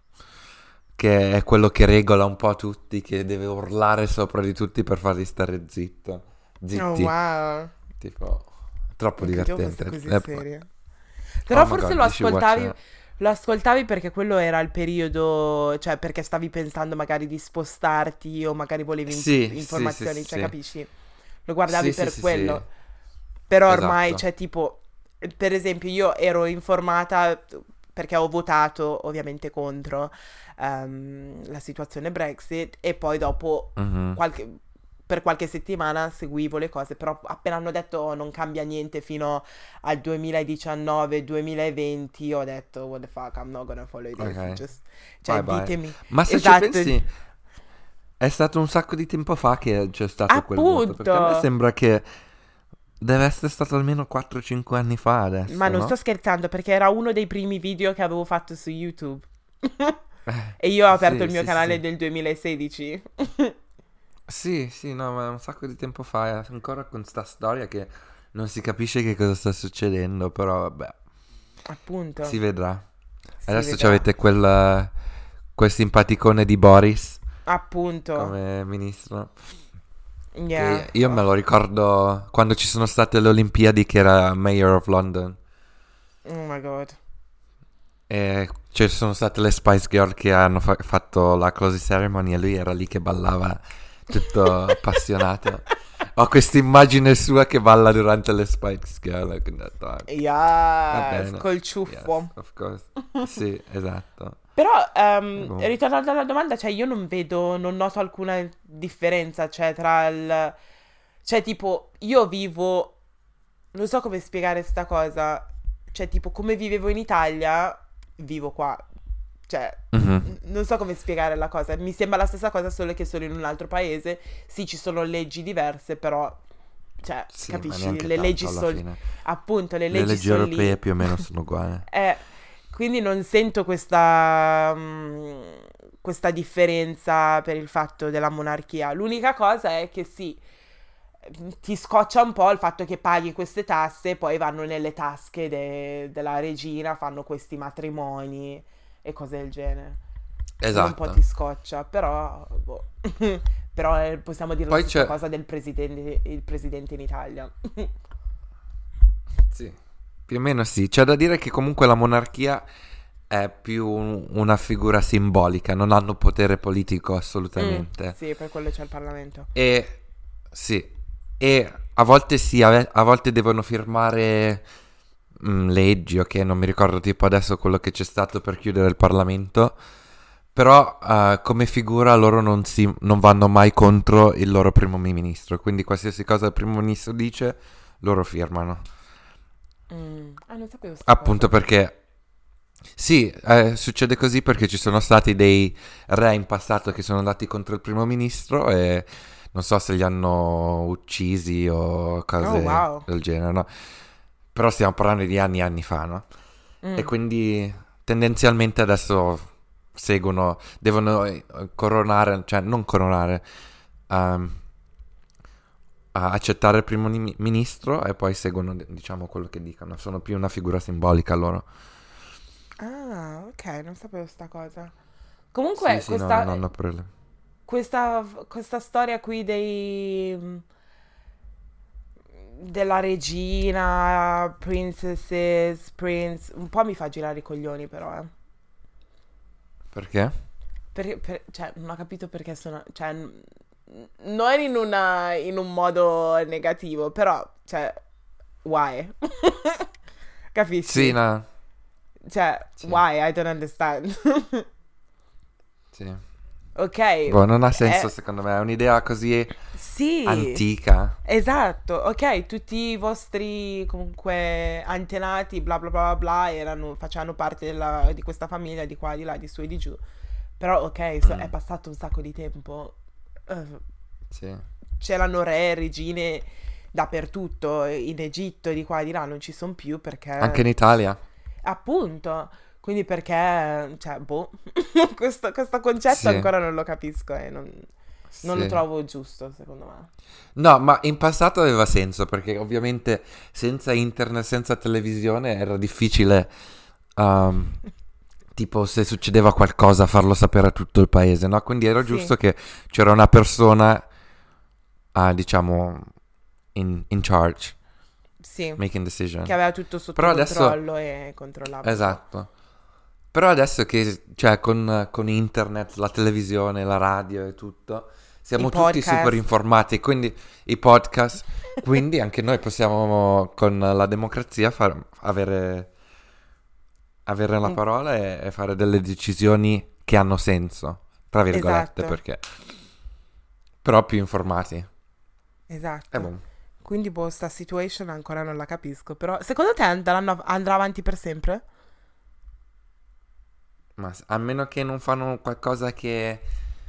che è quello che regola un po' tutti, che deve urlare sopra di tutti per farli stare zitto. Oh, Zitti. wow. Tipo, troppo Non credevo fosse divertente. così Eh, serio. oh Però my forse god, lo you should watch ascoltavi, it. lo ascoltavi perché quello era il periodo, cioè perché stavi pensando magari di spostarti o magari volevi in- Sì, sì, sì, informazioni, sì, cioè sì. capisci? Lo guardavi Sì, sì, per sì, sì. quello. Però ormai, Esatto. cioè tipo, per esempio io ero informata perché ho votato ovviamente contro ehm, la situazione Brexit e poi dopo Mhm. qualche- per qualche settimana seguivo le cose, però appena hanno detto "Oh, non cambia niente fino al duemiladiciannove-duemilaventi", ho detto what the fuck, I'm not gonna follow this, Ok, just... cioè bye bye. ditemi, Ma se ci esatto, pensi, è stato un sacco di tempo fa che c'è stato quel voto, perché a me appunto, sembra che deve essere stato almeno quattro cinque anni fa ma adesso, non sto no? scherzando perché era uno dei primi video che avevo fatto su YouTube. Eh, E io ho aperto sì, il mio sì, sì, canale sì. nel duemilasedici. Sì, sì, no, ma è un sacco di tempo fa, è ancora con sta storia che non si capisce che cosa sta succedendo, però vabbè, Appunto, si vedrà. si Adesso vedrà. avete quel, quel simpaticone di Boris Appunto, come ministro, yeah. che io me lo ricordo quando ci sono state le Olimpiadi che era Mayor of London. Oh my god. E ci sono state le Spice Girl che hanno fa- fatto la closing ceremony e lui era lì che ballava tutto appassionato. Ho questa immagine sua che balla durante le Spice Girl. E quindi ho detto, "Ah, va Yes, bene, col yes, ciuffo. of course." Sì, esatto. Però, E ehm, boh. ritornando alla domanda, cioè io non vedo, non noto alcuna differenza, cioè tra il... Cioè, tipo, io vivo... Non so come spiegare sta cosa. Cioè, tipo, come vivevo in Italia, vivo qua. Cioè, Mhm. n- non so come spiegare la cosa. Mi sembra la stessa cosa, solo che sono in un altro paese. Sì, ci sono leggi diverse, però... Cioè, Sì, ma capisci? neanche Le leggi tanto alla sono... fine. Appunto, le Le leggi leggi sono europee lì. più o meno sono uguali. Eh, quindi non sento questa, mm, questa differenza per il fatto della monarchia. L'unica cosa è che sì, ti scoccia un po' il fatto che paghi queste tasse e poi vanno nelle tasche de- della regina, fanno questi matrimoni e cose del genere. Quello un po' Esatto. ti scoccia, però, boh. Però eh, possiamo dire la Poi stessa c'è... cosa del presidente, il presidente in Italia. Sì, più o meno sì. C'è da dire che comunque la monarchia è più un- una figura simbolica, non hanno potere politico Mm, assolutamente. sì, per quello c'è il Parlamento. E sì, e a volte sì, a, a volte devono firmare mm, leggi, ok, non mi ricordo tipo adesso quello che c'è stato per chiudere il Parlamento, però eh, come figura loro non, si, non vanno mai contro il loro primo ministro, quindi qualsiasi cosa il primo ministro dice, loro firmano. Mm. Ah, non sapevo sta Appunto cosa. perché sì, eh, succede così perché ci sono stati dei re in passato che sono andati contro il primo ministro e non so se li hanno uccisi o Oh, cose wow. del genere, no? Però stiamo parlando di anni e anni fa, no? E Mm. quindi tendenzialmente adesso seguono, devono eh, coronare, cioè non coronare, ehm, a- accettare il primo ni- ministro e poi seguono, diciamo, quello che dicono. Sono più una figura simbolica loro. Ah, ok, non sapevo sta cosa. Sì, Comunque, sì, no, non questa, hanno problemi. questa, questa storia qui dei, della regina, princesses, prince, un po' mi fa girare i coglioni però, eh. Perché? Per- per- cioè, non ho capito perché sono, cioè, n- non in una, in un modo negativo, però, cioè, why? Sì, Capisci? no. Cioè, Sì, why? I don't understand. sì. Ok, Boh, non ha senso eh, secondo me, è un'idea così sì, antica. esatto, ok, tutti i vostri comunque antenati, bla bla bla bla, bla, erano, facevano parte della- di questa famiglia, di qua, di là, di su e di giù. Però ok, so- è Mm, passato un sacco di tempo. Eh, sì. c'erano re, regine dappertutto, in Egitto, di qua, di là, non ci sono più Anche in perché... Italia? Appunto, quindi perché, cioè, boh, questo, questo concetto Sì, ancora non lo capisco e non, non lo sì. trovo giusto, secondo me. No, ma in passato aveva senso perché ovviamente senza internet, senza televisione era difficile, um, tipo se succedeva qualcosa farlo sapere a tutto il paese, no? Quindi era Sì, giusto che c'era una persona, ah, diciamo, in, in charge, sì, making che decision. aveva tutto sotto Però adesso, controllo e controllava un po'. esatto. Però adesso che, cioè, con, con internet, la televisione, la radio e tutto, I siamo tutti super podcast. informati, quindi i podcast, quindi anche noi possiamo con la democrazia far- avere, avere la Un- parola e, e fare delle decisioni che hanno senso, tra virgolette, Esatto, perché però più informati. E esatto. boh. Quindi, boh, sta situation ancora non la capisco. Però, secondo te andranno- andrà avanti per sempre? Ma s- a meno che non fanno qualcosa che,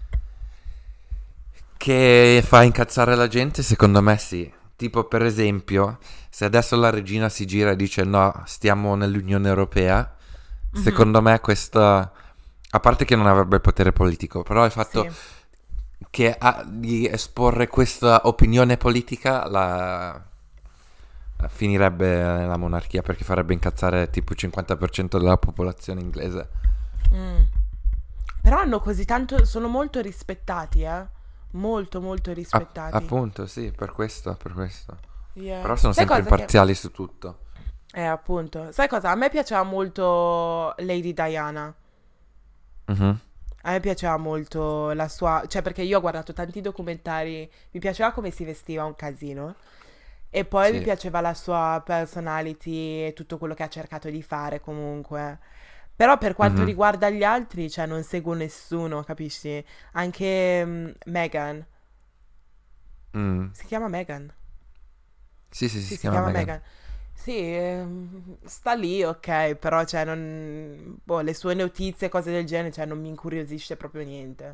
che fa incazzare la gente, secondo me sì. Tipo, per esempio, se adesso la regina si gira e dice no, stiamo nell'Unione Europea, Mhm. secondo me questa, a parte che non avrebbe potere politico, però il fatto Sì, che ha di esporre questa opinione politica la finirebbe la monarchia perché farebbe incazzare tipo il cinquanta per cento della popolazione inglese. mm. Però hanno così tanto, sono molto rispettati, eh? Molto, molto App- rispettati. appunto, sì, per questo, per questo. Yeah. Però sono Sai sempre cosa che... imparziali su tutto. Eh, appunto. Sai cosa? A me piaceva molto Lady Diana. Mhm. A me piaceva molto la sua... Cioè, perché io ho guardato tanti documentari, mi piaceva come si vestiva un casino. E poi mi Sì. piaceva la sua personality e tutto quello che ha cercato di fare comunque. Però per quanto Mhm. riguarda gli altri, cioè non seguo nessuno, capisci? Anche mm, Meghan. Mm. Si chiama Meghan. Sì, sì, sì, Sì, si si chiama chiama Meghan. Meghan. Sì, ehm, sta lì, ok, però cioè non... Boh, le sue notizie, cose del genere, cioè non mi incuriosisce proprio niente.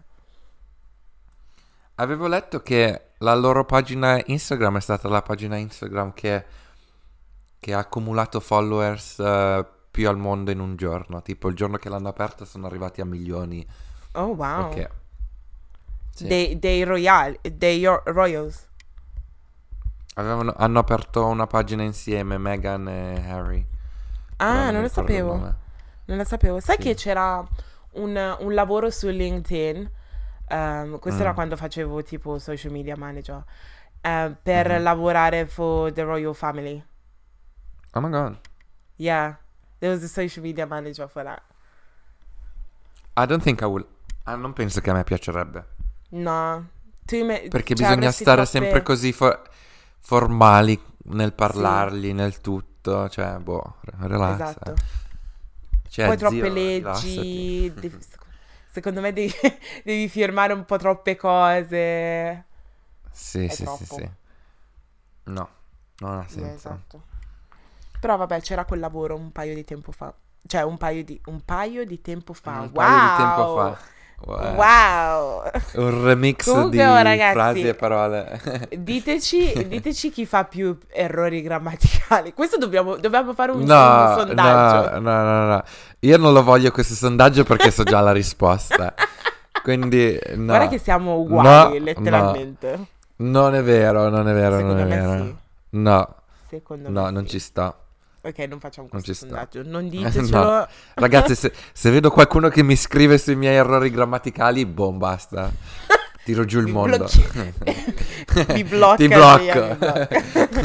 Avevo letto che la loro pagina Instagram è stata la pagina Instagram che, che ha accumulato followers eh, più al mondo in un giorno. Tipo il giorno che l'hanno aperta sono arrivati a milioni. Oh, wow. Ok, sì. Dei, dei Royal, dei Ro- Royals. Avevano- hanno aperto una pagina insieme, Meghan e Harry. Però Ah, non non mi lo ricordo il sapevo. nome. Non lo sapevo. Sai che Sì. c'era un, un lavoro su LinkedIn? Ehm, questo era Mm. quando facevo tipo social media manager. eh, per Mhm. lavorare for the Royal Family. Oh my god. Yeah, there was a social media manager for that. I don't think I will. Ah, non penso che a me piacerebbe. No, tu me- Perché cioè, bisogna avresti stare sempre troppe... così for- formali nel Sì, parlargli, nel tutto. Cioè, boh, relax. eh. esatto. Poi Cioè, troppe zio, rilassati. leggi. devi- secondo me devi, devi firmare un po' troppe cose. Sì, È sì, sì, troppo. sì. No, non ha Yeah, senso. esatto. Però vabbè, c'era quel lavoro un paio di tempo fa. Cioè, un paio di, un paio di tempo fa. Un paio di tempo Wow! fa. Wow. Wow! Un remix Comunque, oh, di frasi ragazzi, e parole. diteci, diteci chi fa più errori grammaticali. Questo dobbiamo, dobbiamo fare un, un No, sondaggio. no, no, no, no. Io non lo voglio questo sondaggio perché so già la risposta. Quindi, Guarda che no. siamo uguali, No, no. letteralmente. Non è vero, non è vero, non Secondo è me vero. sì. No, Secondo me no, non sì. ci sta. Ok, non facciamo Non questo ci sta. sondaggio. Non No. ditecelo. Ragazzi, se, se vedo qualcuno che mi scrive sui miei errori grammaticali, boh, basta. Tiro giù il Mi mondo. blocchi. Mi blocca. Ti Andrea, mi blocco. blocca.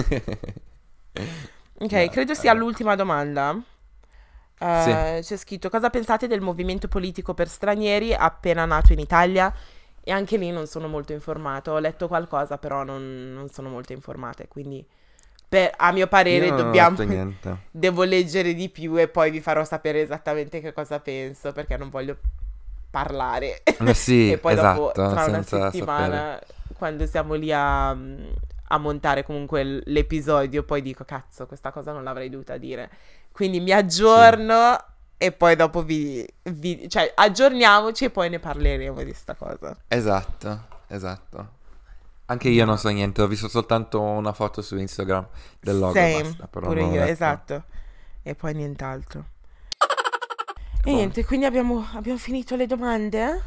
Ok, No, credo sia vabbè. l'ultima domanda. Sì. Eh, c'è scritto: cosa pensate del movimento politico per stranieri appena nato in Italia? E anche lì non sono molto informato. Ho letto qualcosa, però non, non sono molto informata. Quindi, per- a mio Io parere, non ho dobbiamo. letto niente. Devo leggere di più e poi vi farò sapere esattamente che cosa penso, perché non voglio parlare. Ma sì, E poi dopo, esatto, tra una senza sapere. settimana, quando siamo lì a, a montare comunque l- l'episodio, poi dico, cazzo, questa cosa non l'avrei dovuta dire. Quindi mi Sì, aggiorno e poi dopo vi, vi- cioè, aggiorniamoci e poi ne parleremo di sta cosa. esatto, esatto. Anche io non Ma so niente, ho visto soltanto una foto su Instagram del logo e same, basta, però pure non ho io, letto. esatto. E poi nient'altro. E Boh, niente, quindi abbiamo, abbiamo finito le domande.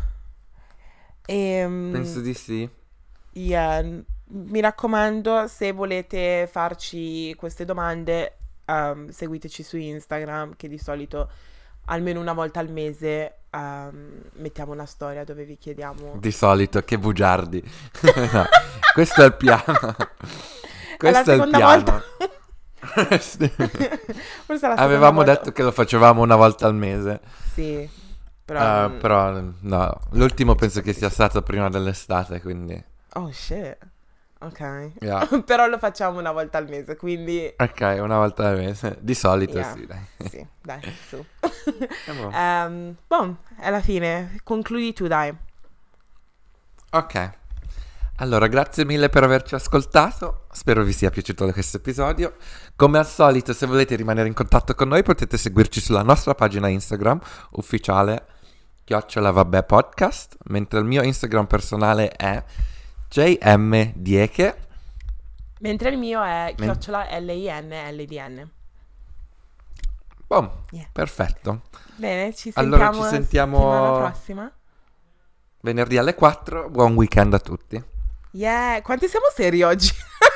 E, penso di sì. yeah, mi raccomando, se volete farci queste domande, um, seguiteci su Instagram, che di solito almeno una volta al mese um, mettiamo una storia dove vi chiediamo. Di solito, che bugiardi. No, questo è il piano. È la Questo è il seconda piano. volta. Sì. Forse è la seconda Avevamo volta. detto che lo facevamo una volta al mese. Sì, però... Eh, mm, però no, l'ultimo non ci penso che sia capisco. stato prima dell'estate, quindi Oh shit. Ok. yeah. Però lo facciamo una volta al mese, quindi... Ok, una volta al mese. Di solito Yeah. sì, dai. Sì, dai, su. E boh. Ehm, boh, alla fine, concludi tu, dai. Ok. Allora, grazie mille per averci ascoltato. Spero vi sia piaciuto questo episodio. Come al solito, se volete rimanere in contatto con noi, potete seguirci sulla nostra pagina Instagram ufficiale chiocciola vabbè podcast, mentre il mio Instagram personale è J M Dieche. Mentre il mio è Men- chiocciola L I N L D N. Boom, Yeah. perfetto. Bene, ci Allora, sentiamo ci la sentiamo- settimana prossima. Venerdì alle quattro. Buon weekend a tutti. Yeah, quanti siamo seri oggi?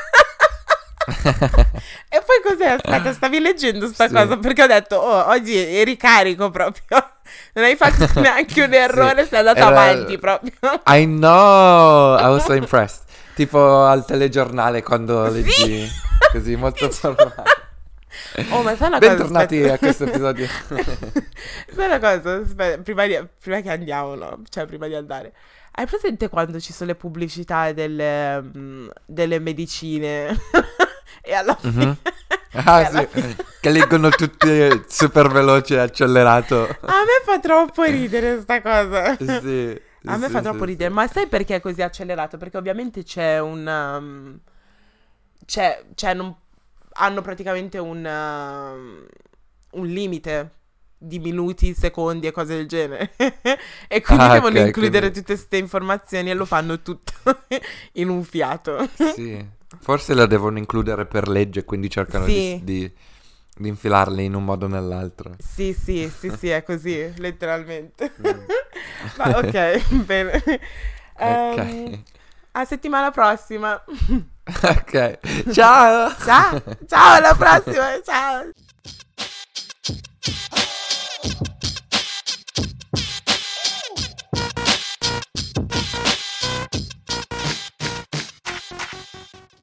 E poi cos'è? Aspetta, stavi leggendo sta Sì. cosa perché ho detto, oh, oggi eri carico proprio. Non hai fatto neanche un errore, sei andato Era- avanti proprio. I know, I was so impressed. Tipo al telegiornale quando leggi così molto formale. Oh, ma sai una cosa? Bentornati Aspetta. a questo episodio. Sai una cosa? Aspetta, prima, di- prima che andiamo, no? Cioè, prima di andare. Hai presente quando ci sono le pubblicità delle, mm, delle medicine? E alla fine... Mhm. e Ah alla sì, fine- che leggono tutti super veloce e accelerato. A me fa troppo ridere sta cosa. Sì, A me sì, fa troppo sì, ridere, sì. ma sai perché è così accelerato? Perché ovviamente c'è un... um, c'è, c'è non- hanno praticamente un, um, un limite di minuti, secondi e cose del genere. E quindi Ah, devono ok, includere quindi tutte queste informazioni e lo fanno tutto in un fiato. sì. Forse la devono includere per legge, quindi cercano di, Sì, di, di infilarle in un modo o nell'altro. sì, sì, sì, sì, è così, letteralmente. Mm. Ma ok, bene. Ok. Ehm, a settimana prossima. Ok. Ciao! Ciao, ciao, alla prossima, ciao.